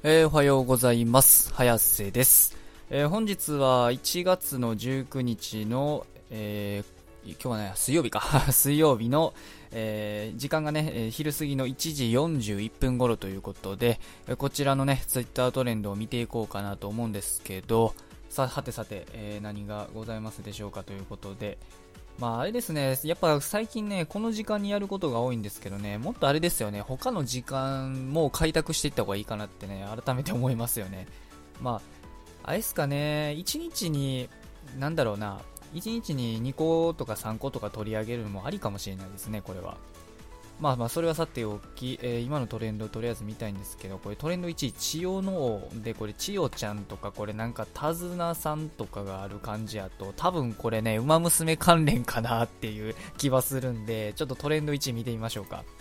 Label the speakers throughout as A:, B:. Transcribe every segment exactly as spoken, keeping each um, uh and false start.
A: えー、おはようございます。早瀬です。えー、本日はいちがつのじゅうくにちの、えー、今日はね、水曜日か。水曜日の、えー、時間がね、えー、昼過ぎのいちじよんじゅういっぷん頃ということで、えー、こちらのね、ツイッタートレンドを見ていこうかなと思うんですけど、さ、はてさて、えー、何がございますでしょうかということで、まああれですね、やっぱ最近ね、この時間にやることが多いんですけどね、もっとあれですよね、他の時間も開拓していった方がいいかなってね、改めて思いますよね。まあ、あれですかね、いちにちに、なんだろうな、いちにちににことかさんことか取り上げるのもありかもしれないですね、これは。まあまあ、それはさておき、えー今のトレンドをとりあえず見たいんですけど、これトレンドいちい、千代の王で、これ千代ちゃんとか、これなんか手綱さんとかがある感じやと、多分これね、馬娘関連かなっていう気はするんで、ちょっとトレンドいち見てみましょうか。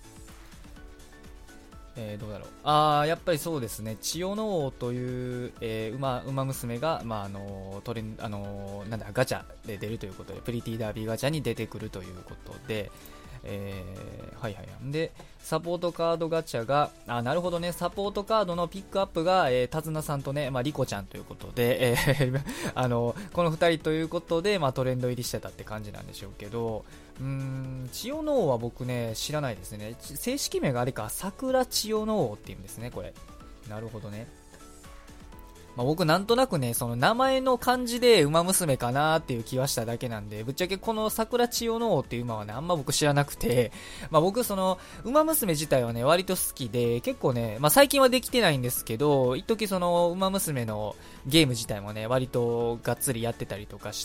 A: えー、どうだろう。あー、やっぱりそうですね。千代の王という、えー馬、馬娘が、まあ、あの、トレン、あの、なんだ、ガチャで出るということで、プリティダービーガチャに出てくるということで、えー、はいはいはい。で、サポートカードガチャが、あ、なるほどね、サポートカードのピックアップが、えー、手綱さんとね、まあ、リコちゃんということで、えーあの、このふたりということで、まあ、トレンド入りしてたって感じなんでしょうけど、うーん、千代の王は僕ね、知らないですね。正式名があれか、桜千代の王っていうんですね、これ。なるほどね。まあ、僕なんとなくね、その名前の漢字で馬娘かなーっていう気はしただけなんで、ぶっちゃけこの桜千代の王っていう馬はね、あんま僕知らなくて、まあ僕その、馬娘自体はね、割と好きで、結構ね、まあ最近はできてないんですけど、一時その、馬娘のゲーム自体もね、割とがっつりやってたりとかして、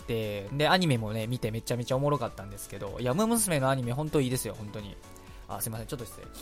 A: で、アニメもね、見てめちゃめちゃおもろかったんですけど、いや、馬娘のアニメ本当いいですよ、本当に。あ、すいません、ちょっと失礼。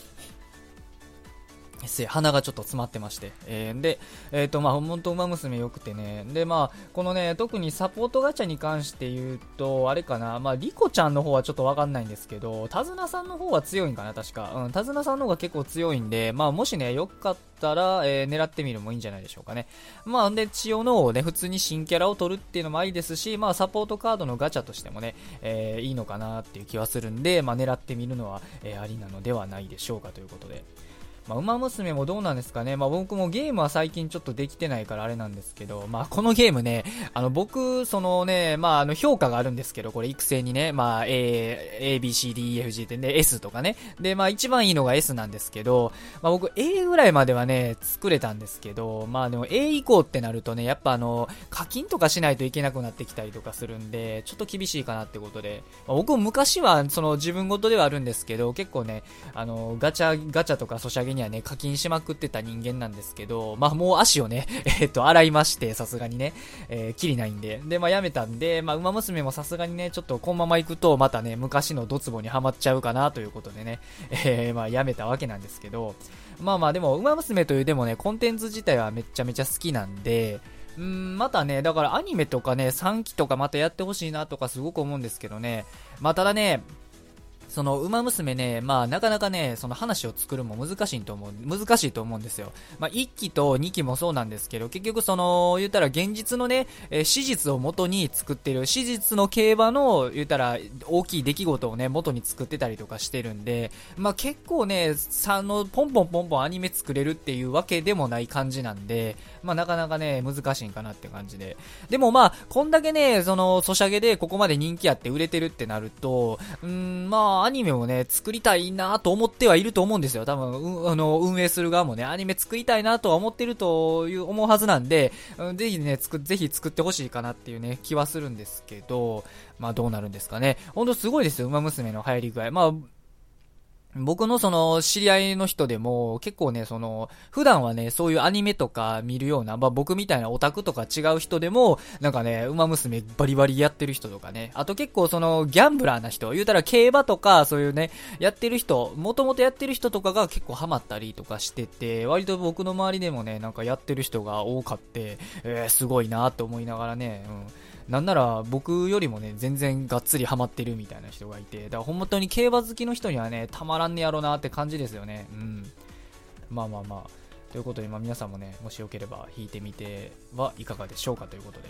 A: 失礼、鼻がちょっと詰まってまして。えー、で、えっ、ー、と、まあ、本当馬娘良くてね。で、まあ、このね、特にサポートガチャに関して言うと、あれかな、まあ、リコちゃんの方はちょっとわかんないんですけど、手綱さんの方は強いんかな、確か。うん、手綱さんの方が結構強いんで、まあ、もしね、よかったら、えー、狙ってみるのもいいんじゃないでしょうかね。まあ、で、千代の王ね、普通に新キャラを取るっていうのもありですし、まあ、サポートカードのガチャとしてもね、えー、いいのかなっていう気はするんで、まあ、狙ってみるのは、えー、ありなのではないでしょうかということで。まあ、馬娘もどうなんですかね。まあ、僕もゲームは最近ちょっとできてないからあれなんですけど、まあ、このゲームね、あの、僕、そのね、まあ、あの、評価があるんですけど、これ育成にね、まあ、A、A、B、C、D、E、F、G ってね、S とかね。で、まあ、一番いいのが S なんですけど、まあ、僕 A ぐらいまではね、作れたんですけど、まあ、でも A 以降ってなるとね、やっぱあの、課金とかしないといけなくなってきたりとかするんで、ちょっと厳しいかなってことで、まあ、僕も昔は、その、自分ごとではあるんですけど、結構ね、あの、ガチャ、ガチャとかソシャゲにはね、課金しまくってた人間なんですけど、まあもう足をね、えっと、洗いまして、さすがにね、えー、きりないんで。で、まあやめたんで、まあ馬娘もさすがにね、ちょっとこのまま行くと、またね、昔のドツボにはまっちゃうかなということでね、えー、まあやめたわけなんですけど、まあまあでも、馬娘というでもね、コンテンツ自体はめっちゃめちゃ好きなんで、うーん、またね、だからアニメとかね、さんきとかまたやってほしいなとかすごく思うんですけどね、まあただね、その、馬娘ね、まあ、なかなかね、その話を作るも難しいと思う、難しいと思うんですよ。まあ、いっきとにきもそうなんですけど、結局その、言ったら現実のね、えー史実を元に作ってる、史実の競馬の、言ったら、大きい出来事をね、元に作ってたりとかしてるんで、まあ、結構ね、さ、の、ポンポンポンポンアニメ作れるっていうわけでもない感じなんで、まあ、なかなかね、難しいんかなって感じで。でもまあ、こんだけね、その、ソシャゲでここまで人気あって売れてるってなると、うーん、まあ、アニメもね、作りたいなと思ってはいると思うんですよ。多分、うん、あの、運営する側もね、アニメ作りたいなとは思ってるという、思うはずなんで、うん、ぜひね、作、ぜひ作ってほしいかなっていうね、気はするんですけど、まあどうなるんですかね。ほんとすごいですよ、馬娘の流行り具合。まあ、僕のその知り合いの人でも結構ね、その普段はね、そういうアニメとか見るような、まあ僕みたいなオタクとか違う人でも、なんかね、馬娘バリバリやってる人とかね、あと結構そのギャンブラーな人、言うたら競馬とかそういうね、やってる人、もともとやってる人とかが結構ハマったりとかしてて、割と僕の周りでもね、なんかやってる人が多かって、えー、すごいなと思いながらね、うん。なんなら僕よりもね、全然がっつりハマってるみたいな人がいて、だから本当に競馬好きの人にはね、たまらんねやろなって感じですよね。うん。まあまあまあ。ということで、まあ皆さんもね、もしよければ弾いてみてはいかがでしょうかということで。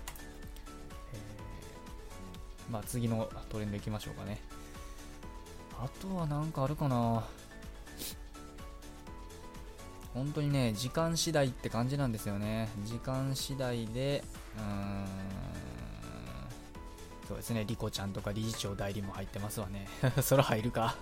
A: えー、まあ次のトレンド行きましょうかね。あとはなんかあるかな。 本当にね、時間次第って感じなんですよね。時間次第で、うーん、そうですね、リコちゃんとか理事長代理も入ってますわね。そら入るか。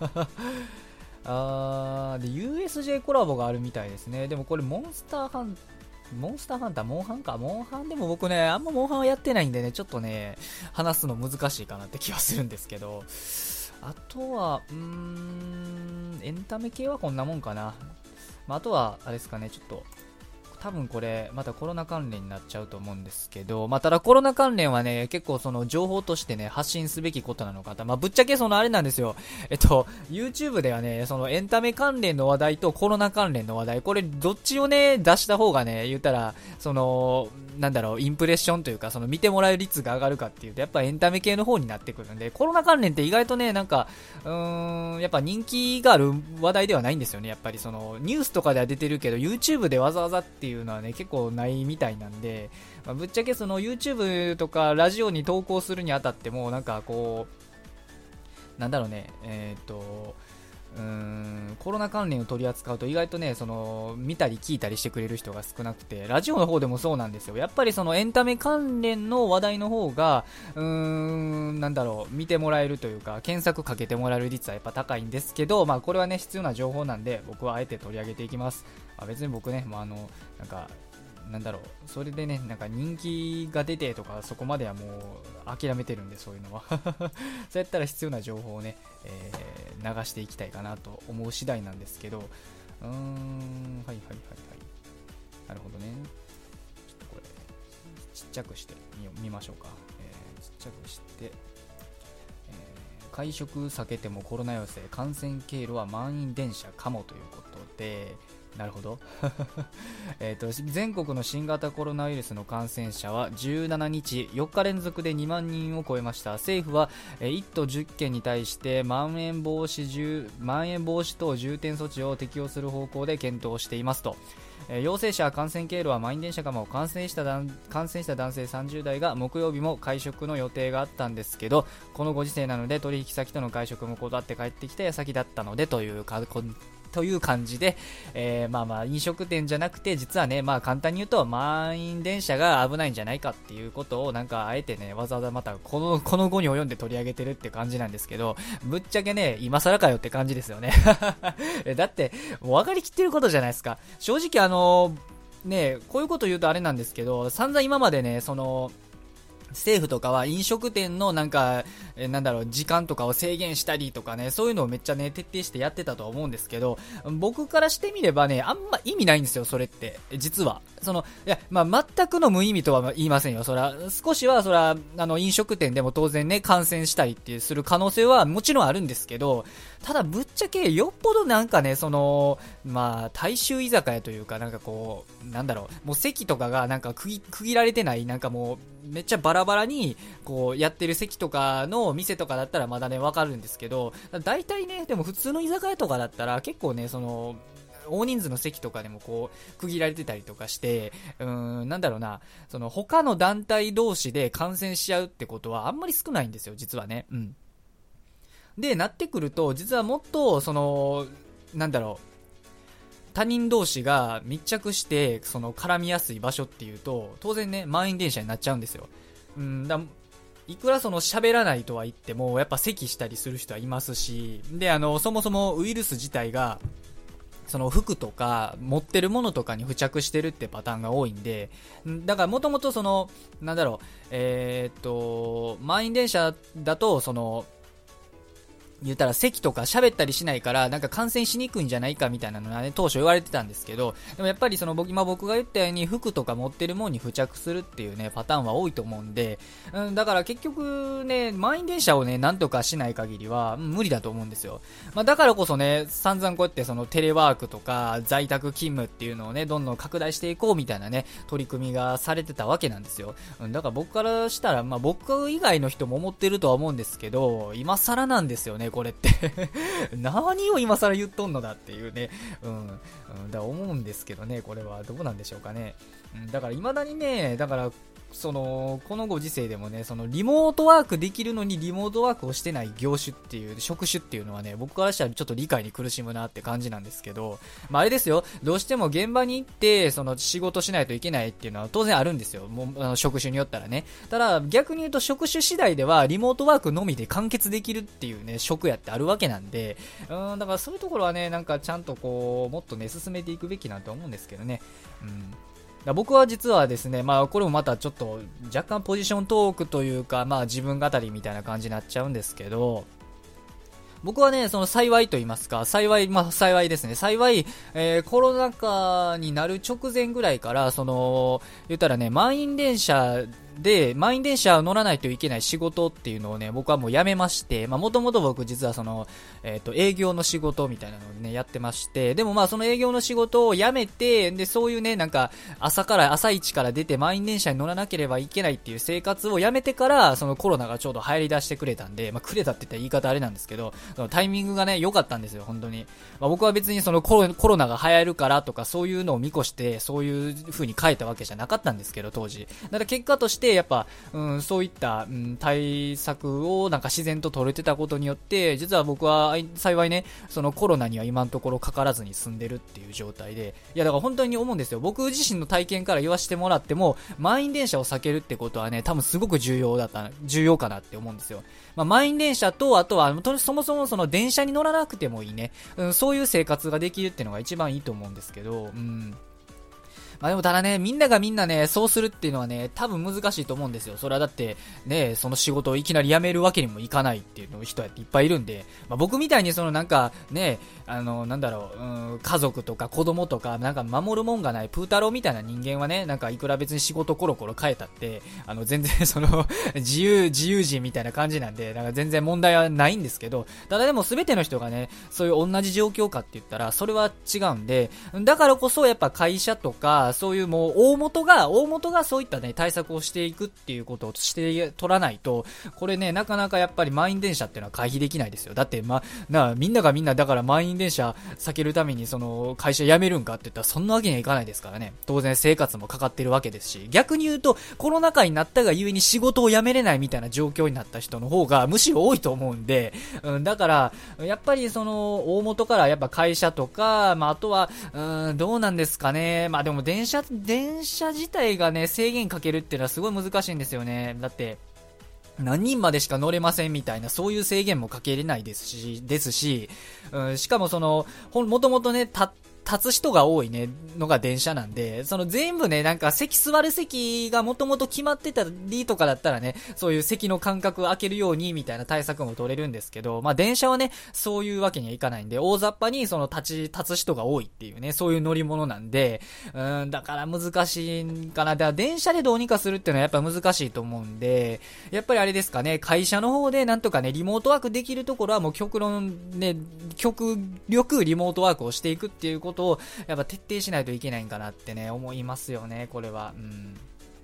A: あー、で、ユーエスジェー コラボがあるみたいですね。でもこれモンスターハン、モンスターハンター、モンハンか。モンハンでも僕ね、あんまモンハンはやってないんでね、ちょっとね、話すの難しいかなって気はするんですけど、あとは、うーん、エンタメ系はこんなもんかな。まあ、あとは、あれですかね、ちょっと、多分これ、またコロナ関連になっちゃうと思うんですけど、まあ、ただコロナ関連はね、結構その情報としてね、発信すべきことなのかと。まあ、ぶっちゃけそのあれなんですよ。えっと、YouTube ではね、そのエンタメ関連の話題とコロナ関連の話題、これどっちをね、出した方がね、言ったら、その、なんだろう、インプレッションというか、その見てもらえる率が上がるかっていうと、やっぱエンタメ系の方になってくるんで、コロナ関連って意外とね、なんか、うーん、やっぱ人気がある話題ではないんですよね。やっぱりその、ニュースとかでは出てるけど、YouTube でわざわざっていうのはね、結構ないみたいなんで、まあ、ぶっちゃけその YouTube とかラジオに投稿するにあたっても、なんかこう、なんだろうね、えっと、うーんコロナ関連を取り扱うと意外とね、その見たり聞いたりしてくれる人が少なくて、ラジオの方でもそうなんですよ。やっぱりそのエンタメ関連の話題の方がうーんなんだろう見てもらえるというか、検索かけてもらえる率はやっぱ高いんですけど、まあこれはね必要な情報なんで僕はあえて取り上げていきます。まあ、別に僕ね、まあ、あのなんかなんだろうそれでね、なんか人気が出てとかそこまではもう諦めてるんで、そういうのはそうやったら必要な情報をね、えー、流していきたいかなと思う次第なんですけど、うーんはいはいはいはいなるほどね。ちょっとこれちっちゃくしてみよ見ましょうか、えー、ちっちゃくして、えー、会食避けてもコロナ陽性、感染経路は満員電車かもということで、なるほどえと全国の新型コロナウイルスの感染者はじゅうしちにちよっか連続でにまんにんを超えました。政府はいっ都じゅっけんに対してまん延防止まん延防止等重点措置を適用する方向で検討していますと。陽性者感染経路は満員電車かも。感染した感染した男性さんじゅうだいが木曜日も会食の予定があったんですけど、このご時世なので取引先との会食も断って帰ってきた矢先だったのでというかという感じで、えー、まあまあ飲食店じゃなくて、実はね、まあ簡単に言うと満員電車が危ないんじゃないかっていうことをなんかあえてね、わざわざまたこのこの後に及んで取り上げてるって感じなんですけど、ぶっちゃけね今更かよって感じですよねだってもう分かりきってることじゃないですか。正直あのね、こういうこと言うとあれなんですけど、散々今までね、その政府とかは飲食店のなんか、えなんだろう、時間とかを制限したりとかね、そういうのをめっちゃね、徹底してやってたとは思うんですけど、僕からしてみればね、あんま意味ないんですよ、それって。実は。その、いや、まあ、全くの無意味とは言いませんよ。そら、少しは、そら、あの、飲食店でも当然ね、感染したりってする可能性はもちろんあるんですけど、ただ、ぶっちゃけ、よっぽどなんかね、その、まあ、大衆居酒屋というか、なんかこう、なんだろう、もう席とかがなんか区切、区切られてない、なんかもう、めっちゃバラバラにこうやってる席とかの店とかだったらまだねわかるんですけど、大体ね、でも普通の居酒屋とかだったら結構ね、その大人数の席とかでもこう区切られてたりとかして、うーんなんだろうな、その他の団体同士で感染しちゃうってことはあんまり少ないんですよ、実はね。うんでなってくると、実はもっとそのなんだろう、他人同士が密着してその絡みやすい場所っていうと、当然ね満員電車になっちゃうんですよ。うんだいくらその喋らないとは言ってもやっぱ咳したりする人はいますし、であのそもそもウイルス自体がその服とか持ってるものとかに付着してるってパターンが多いんで、だからもともとそのなんだろう、えー、っと満員電車だとその言ったら席とか喋ったりしないからなんか感染しにくいんじゃないかみたいなのはね当初言われてたんですけど、でもやっぱりその僕今僕が言ったように服とか持ってるものに付着するっていうねパターンは多いと思うんで、うん、だから結局ね満員電車をねなんとかしない限りは無理だと思うんですよ。まあ、だからこそね散々こうやってそのテレワークとか在宅勤務っていうのをねどんどん拡大していこうみたいなね取り組みがされてたわけなんですよ。うん、だから僕からしたらまあ僕以外の人も思ってるとは思うんですけど、今更なんですよねこれって何を今更言っとんのだっていうね、うん、うん、だ思うんですけどね、これはどうなんでしょうかね。うん、だから未だにね、だからそのこのご時世でもね、そのリモートワークできるのにリモートワークをしてない業種っていう職種っていうのはね、僕からしたらちょっと理解に苦しむなって感じなんですけど、まああれですよ、どうしても現場に行ってその仕事しないといけないっていうのは当然あるんですよ、もうあの職種によったらね。ただ逆に言うと職種次第ではリモートワークのみで完結できるっていうね職やってあるわけなんで、うん、だからそういうところはね、なんかちゃんとこうもっとね進めていくべきなんて思うんですけどね。うん、だ僕は実はですね、まあこれもまたちょっと若干ポジショントークというか、まあ自分語りみたいな感じになっちゃうんですけど、僕はね、その幸いと言いますか、幸い、まあ幸いですね。幸い、えー、コロナ禍になる直前ぐらいから、その、言ったらね、満員電車で、満員電車を乗らないといけない仕事っていうのをね、僕はもう辞めまして、まあもともと僕実はその、えっと、営業の仕事みたいなのをね、やってまして、でもまあその営業の仕事を辞めて、で、そういうね、なんか、朝から、朝一から出て満員電車に乗らなければいけないっていう生活を辞めてから、そのコロナがちょうど流行り出してくれたんで、まあくれたって言ったら言い方あれなんですけど、そのタイミングがね、良かったんですよ、本当に。まあ僕は別にそのコロ、コロナが流行るからとか、そういうのを見越して、そういう風に変えたわけじゃなかったんですけど、当時。だから結果として、やっぱ、うん、そういった、うん、対策をなんか自然と取れてたことによって、実は僕は幸いね、そのコロナには今のところかからずに済んでるっていう状態で、いやだから本当に思うんですよ。僕自身の体験から言わせてもらっても、満員電車を避けるってことはね、多分すごく重要だった、重要かなって思うんですよ。まあ、満員電車と、あとは、そもそもその電車に乗らなくてもいいね、うん、そういう生活ができるっていうのが一番いいと思うんですけど、うん。まあでもただね、みんながみんなね、そうするっていうのはね、多分難しいと思うんですよ。それはだって、ね、その仕事をいきなり辞めるわけにもいかないっていうの人やっていっぱいいるんで、まあ僕みたいにそのなんか、ね、あの、なんだろう、うん、家族とか子供とか、なんか守るもんがないプータローみたいな人間はね、なんかいくら別に仕事コロコロ変えたって、あの、全然その、自由、自由人みたいな感じなんで、なんか全然問題はないんですけど、ただでも全ての人がね、そういう同じ状況かって言ったら、それは違うんで、だからこそやっぱ会社とか、そういうもう大元が、大元がそういったね、対策をしていくっていうことをして取らないと、これね、なかなかやっぱり満員電車っていうのは回避できないですよ。だって、ま、な、みんながみんなだから満員電車避けるためにその会社辞めるんかって言ったらそんなわけにはいかないですからね。当然生活もかかってるわけですし、逆に言うとコロナ禍になったがゆえに仕事を辞めれないみたいな状況になった人の方がむしろ多いと思うんで、うん、だから、やっぱりその大元からやっぱ会社とか、まあ、あとは、うん、どうなんですかね。まあ、でも電車、電車自体がね、制限かけるっていうのはすごい難しいんですよね。だって、何人までしか乗れませんみたいな、そういう制限もかけれないですし、ですし、うん、しかもその、ほん、もともとね、た、立つ人が多いね、のが電車なんで、その全部ね、なんか席座る席がもともと決まってたりとかだったらね、そういう席の間隔を空けるようにみたいな対策も取れるんですけど、まあ電車はね、そういうわけにはいかないんで、大雑把にその立ち、立つ人が多いっていうね、そういう乗り物なんで、うん、だから難しいかな。だから電車でどうにかするっていうのはやっぱ難しいと思うんで、やっぱりあれですかね、会社の方でなんとかね、リモートワークできるところはもう極論ね、極力リモートワークをしていくっていうことをやっぱ徹底しないといけないんかなってね思いますよね。これは、うん、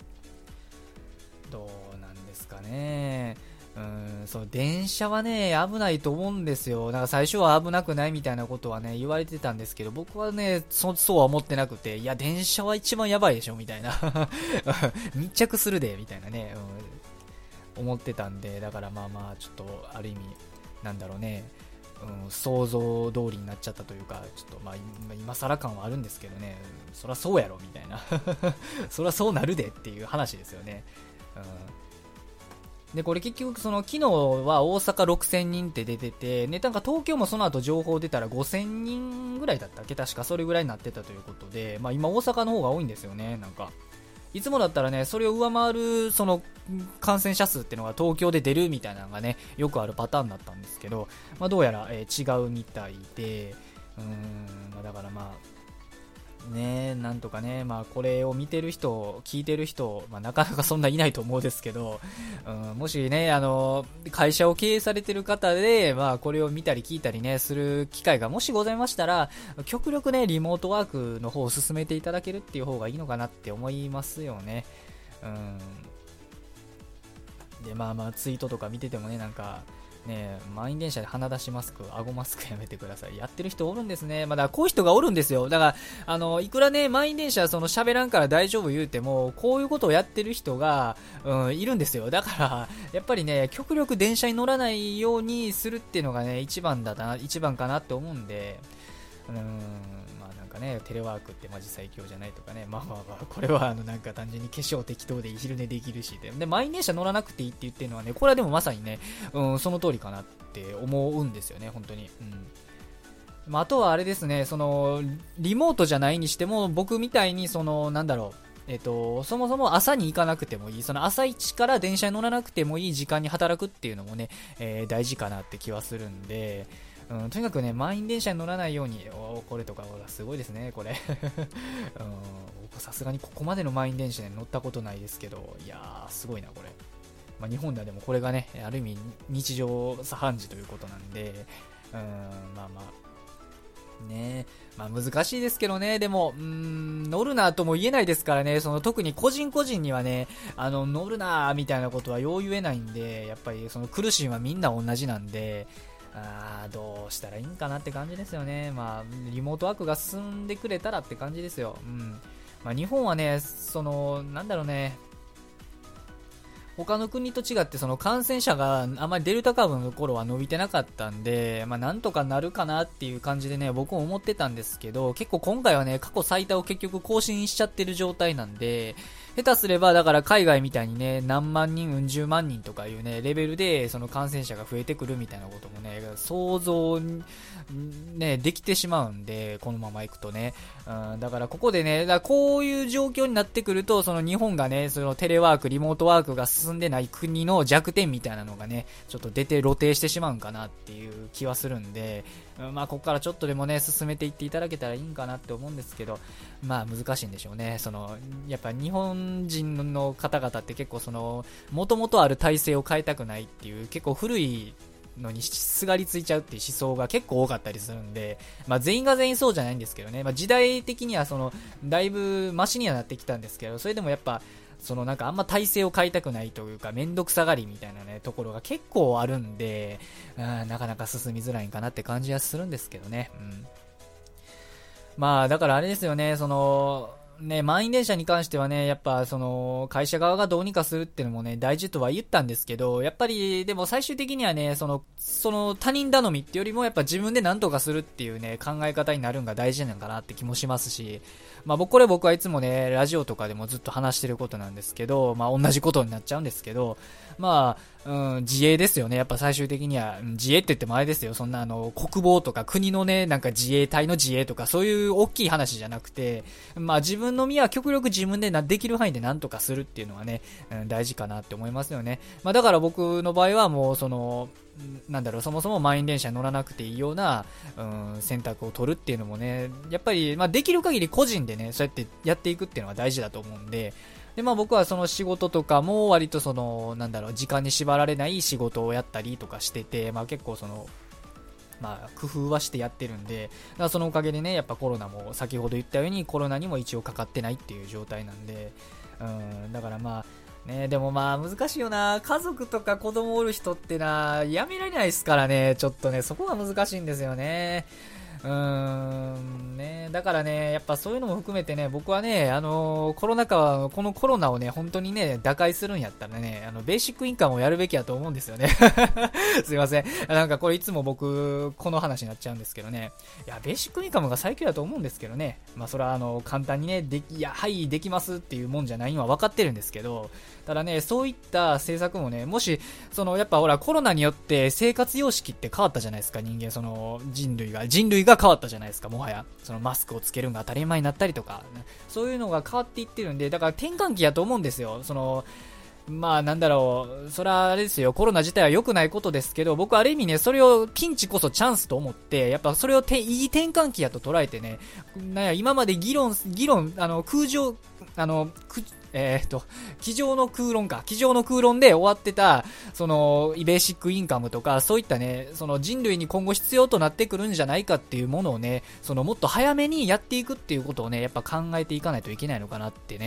A: どうなんですかね。うん、そう電車はね危ないと思うんですよ。なんか最初は危なくないみたいなことはね言われてたんですけど、僕はね そ, そうは思ってなくて、いや電車は一番やばいでしょみたいな密着するでみたいなね、うん、思ってたんで、だからまあまあちょっとある意味なんだろうね、うん、想像通りになっちゃったというか、ちょっとまあ今更感はあるんですけどね、そりゃそうやろみたいなそりゃそうなるでっていう話ですよね。うんで、これ結局その昨日は大阪ろくせんにんって出てて、ね、なんか東京もその後情報出たらごせんにんぐらいだったっけ、確かそれぐらいになってたということで、まあ今大阪の方が多いんですよね。なんかいつもだったらね、それを上回るその感染者数っていうのが東京で出るみたいなのがね、よくあるパターンだったんですけど、まあどうやら、えー、違うみたいで、うーん、まあ、だからまあね、なんとかね、まあこれを見てる人、聞いてる人、まあなかなかそんないないと思うんですけど、うん、もしね、あの、会社を経営されてる方で、まあこれを見たり聞いたりね、する機会がもしございましたら、極力ね、リモートワークの方を進めていただけるっていう方がいいのかなって思いますよね。うん。で、まあまあツイートとか見ててもね、なんか、 ね、満員電車で鼻出しマスク、顎マスクやめてください。やってる人おるんですね。まあ、だからこういう人がおるんですよ。だから、あの、いくらね、満員電車その喋らんから大丈夫言うても、こういうことをやってる人が、うん、いるんですよ。だから、やっぱりね、極力電車に乗らないようにするっていうのがね、一番だな、一番かなって思うんで、うーん、まあなんかね、テレワークってマジ最強じゃないとかね、まあまあまあ、これはあのなんか単純に化粧適当で昼寝できるしで、で、満員電車乗らなくていいって言ってるのはね、これはでもまさにね、うん、その通りかなって思うんですよね、本当に。うん。まあ、あとはあれですね、その、リモートじゃないにしても、僕みたいに、その、なんだろう、えっと、そもそも朝に行かなくてもいい、その朝一から電車に乗らなくてもいい時間に働くっていうのもね、えー、大事かなって気はするんで、うん、とにかくね、満員電車に乗らないように、おこれとか、ほら、すごいですね、これ。うん、僕さすがにここまでの満員電車に乗ったことないですけど、いやー、すごいな、これ。まあ、日本ではでもこれがね、ある意味日常茶飯事ということなんで、うん、まあまあ、ねまあ難しいですけどね、でも、うーん、乗るなとも言えないですからね、その特に個人個人にはね、あの、乗るなみたいなことはよう言えないんで、やっぱりその苦しいはみんな同じなんで、あーどうしたらいいんかなって感じですよね。まあ、リモートワークが進んでくれたらって感じですよ。うん。まあ日本はね、その、なんだろうね、他の国と違ってその感染者があまりデルタ株の頃は伸びてなかったんで、まあなんとかなるかなっていう感じでね、僕も思ってたんですけど、結構今回はね、過去最多を結局更新しちゃってる状態なんで、下手すればだから海外みたいにね、何万人、うん十万人とかいうね、レベルでその感染者が増えてくるみたいなこともね、想像ね、できてしまうんで、このまま行くとね。うん、だからここでね、だからこういう状況になってくると、その日本がね、そのテレワーク、リモートワークが進んでない国の弱点みたいなのがね、ちょっと出て露呈してしまうんかなっていう気はするんで、うん、まあここからちょっとでもね、進めていっていただけたらいいんかなって思うんですけど、まあ難しいんでしょうね。その、やっぱ日本人の方々って結構その、元々ある体制を変えたくないっていう、結構古いのにすがりついちゃうっていう思想が結構多かったりするんで、まあ全員が全員そうじゃないんですけどね、まあ時代的にはその、だいぶマシにはなってきたんですけど、それでもやっぱ、そのなんかあんま体制を変えたくないというか、めんどくさがりみたいなね、ところが結構あるんで、うん、なかなか進みづらいんかなって感じはするんですけどね。うん。まあだからあれですよね、その、ね、満員電車に関してはね、やっぱその会社側がどうにかするっていうのもね、大事とは言ったんですけど、やっぱりでも最終的にはね、その、その他人頼みってよりもやっぱ自分で何とかするっていうね、考え方になるんが大事なのかなって気もしますし、まあ僕、これ僕はいつもね、ラジオとかでもずっと話してることなんですけど、まあ同じことになっちゃうんですけど、まあ、うん、自衛ですよね。やっぱ最終的には、自衛って言ってもあれですよ。そんなあの、国防とか国のね、なんか自衛隊の自衛とかそういう大きい話じゃなくて、まあ自分の身は極力自分でな、できる範囲で何とかするっていうのはね、うん、大事かなって思いますよね。まあだから僕の場合はもうその、なんだろう、そもそも満員電車に乗らなくていいような、うん、選択を取るっていうのもね、やっぱり、まあできる限り個人でね、そうやってやっていくっていうのは大事だと思うんで、で、まあ僕はその仕事とかも割とその、なんだろう、時間に縛られない仕事をやったりとかしてて、まあ結構その、まあ工夫はしてやってるんで、だからそのおかげでね、やっぱコロナも先ほど言ったようにコロナにも一応かかってないっていう状態なんで、うん、だからまあ、ね、でもまあ難しいよな。家族とか子供おる人ってな、やめられないですからね、ちょっとね、そこが難しいんですよね。うーん、ね、だからね、やっぱそういうのも含めてね、僕はね、あのー、コロナ禍は、このコロナをね、本当にね、打開するんやったらね、あの、ベーシックインカムをやるべきやと思うんですよね。すいません。なんかこれいつも僕、この話になっちゃうんですけどね。いや、ベーシックインカムが最強だと思うんですけどね。まあ、それはあの、簡単にね、でき、いや、はい、できますっていうもんじゃないのは分かってるんですけど、ただね、そういった政策もね、もし、その、やっぱほら、コロナによって生活様式って変わったじゃないですか、人間、その、人類が、人類が変わったじゃないですか、もはや。そのマスクをつけるのが当たり前になったりとか、そういうのが変わっていってるんで、だから転換期やと思うんですよ。その、まあなんだろう、それはあれですよ、コロナ自体は良くないことですけど、僕はある意味ね、それをピンチこそチャンスと思って、やっぱそれをていい転換期やと捉えてね、なんや、今まで議論、議論、あの、空上、あの、くえー、っと、机上の空論か。机上の空論で終わってた、その、ベーシックインカムとか、そういったね、その人類に今後必要となってくるんじゃないかっていうものをね、そのもっと早めにやっていくっていうことをね、やっぱ考えていかないといけないのかなってね、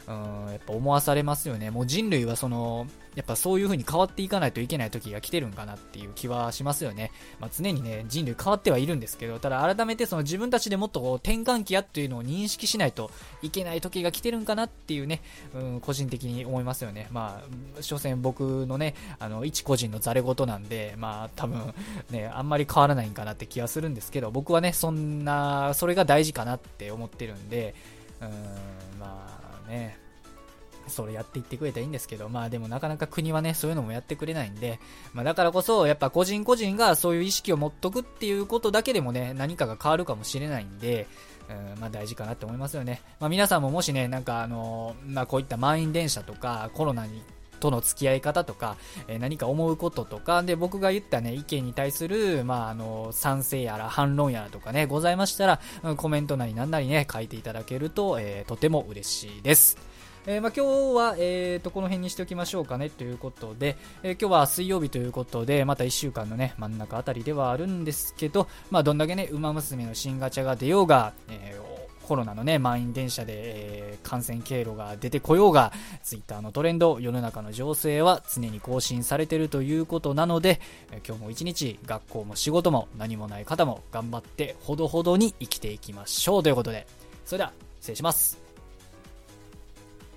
A: うん、やっぱ思わされますよね。もう人類はその、やっぱそういう風に変わっていかないといけない時が来てるんかなっていう気はしますよね。まあ、常にね、人類変わってはいるんですけど、ただ改めてその自分たちでもっとこう転換期やっていうのを認識しないといけない時が来てるんかなっていうね、うん、個人的に思いますよね。まあ、所詮僕のね、あの、一個人のザレ言なんで、まあ多分ね、あんまり変わらないんかなって気はするんですけど、僕はね、そんな、それが大事かなって思ってるんで、うん、まあね、それやっていってくれたらいいんですけど、まあでもなかなか国はね、そういうのもやってくれないんで、まあだからこそ、やっぱ個人個人がそういう意識を持っとくっていうことだけでもね、何かが変わるかもしれないんで、うん、まあ大事かなって思いますよね。まあ皆さんももしね、なんかあの、まあこういった満員電車とか、コロナに、との付き合い方とか、えー、何か思うこととか、で、僕が言ったね、意見に対する、まあ、あの、賛成やら反論やらとかね、ございましたら、うん、コメントなりなんなりね、書いていただけると、えー、とても嬉しいです。えーまあ、今日は、えー、とこの辺にしておきましょうかねということで、えー、今日は水曜日ということでまたいっしゅうかんのね真ん中あたりではあるんですけど、まあ、どんだけねウマ娘の新ガチャが出ようが、えーコロナのね満員電車で、えー、感染経路が出てこようが、ツイッターのトレンド、世の中の情勢は常に更新されているということなので、えー、今日も一日学校も仕事も何もない方も頑張ってほどほどに生きていきましょうということで、それでは失礼します。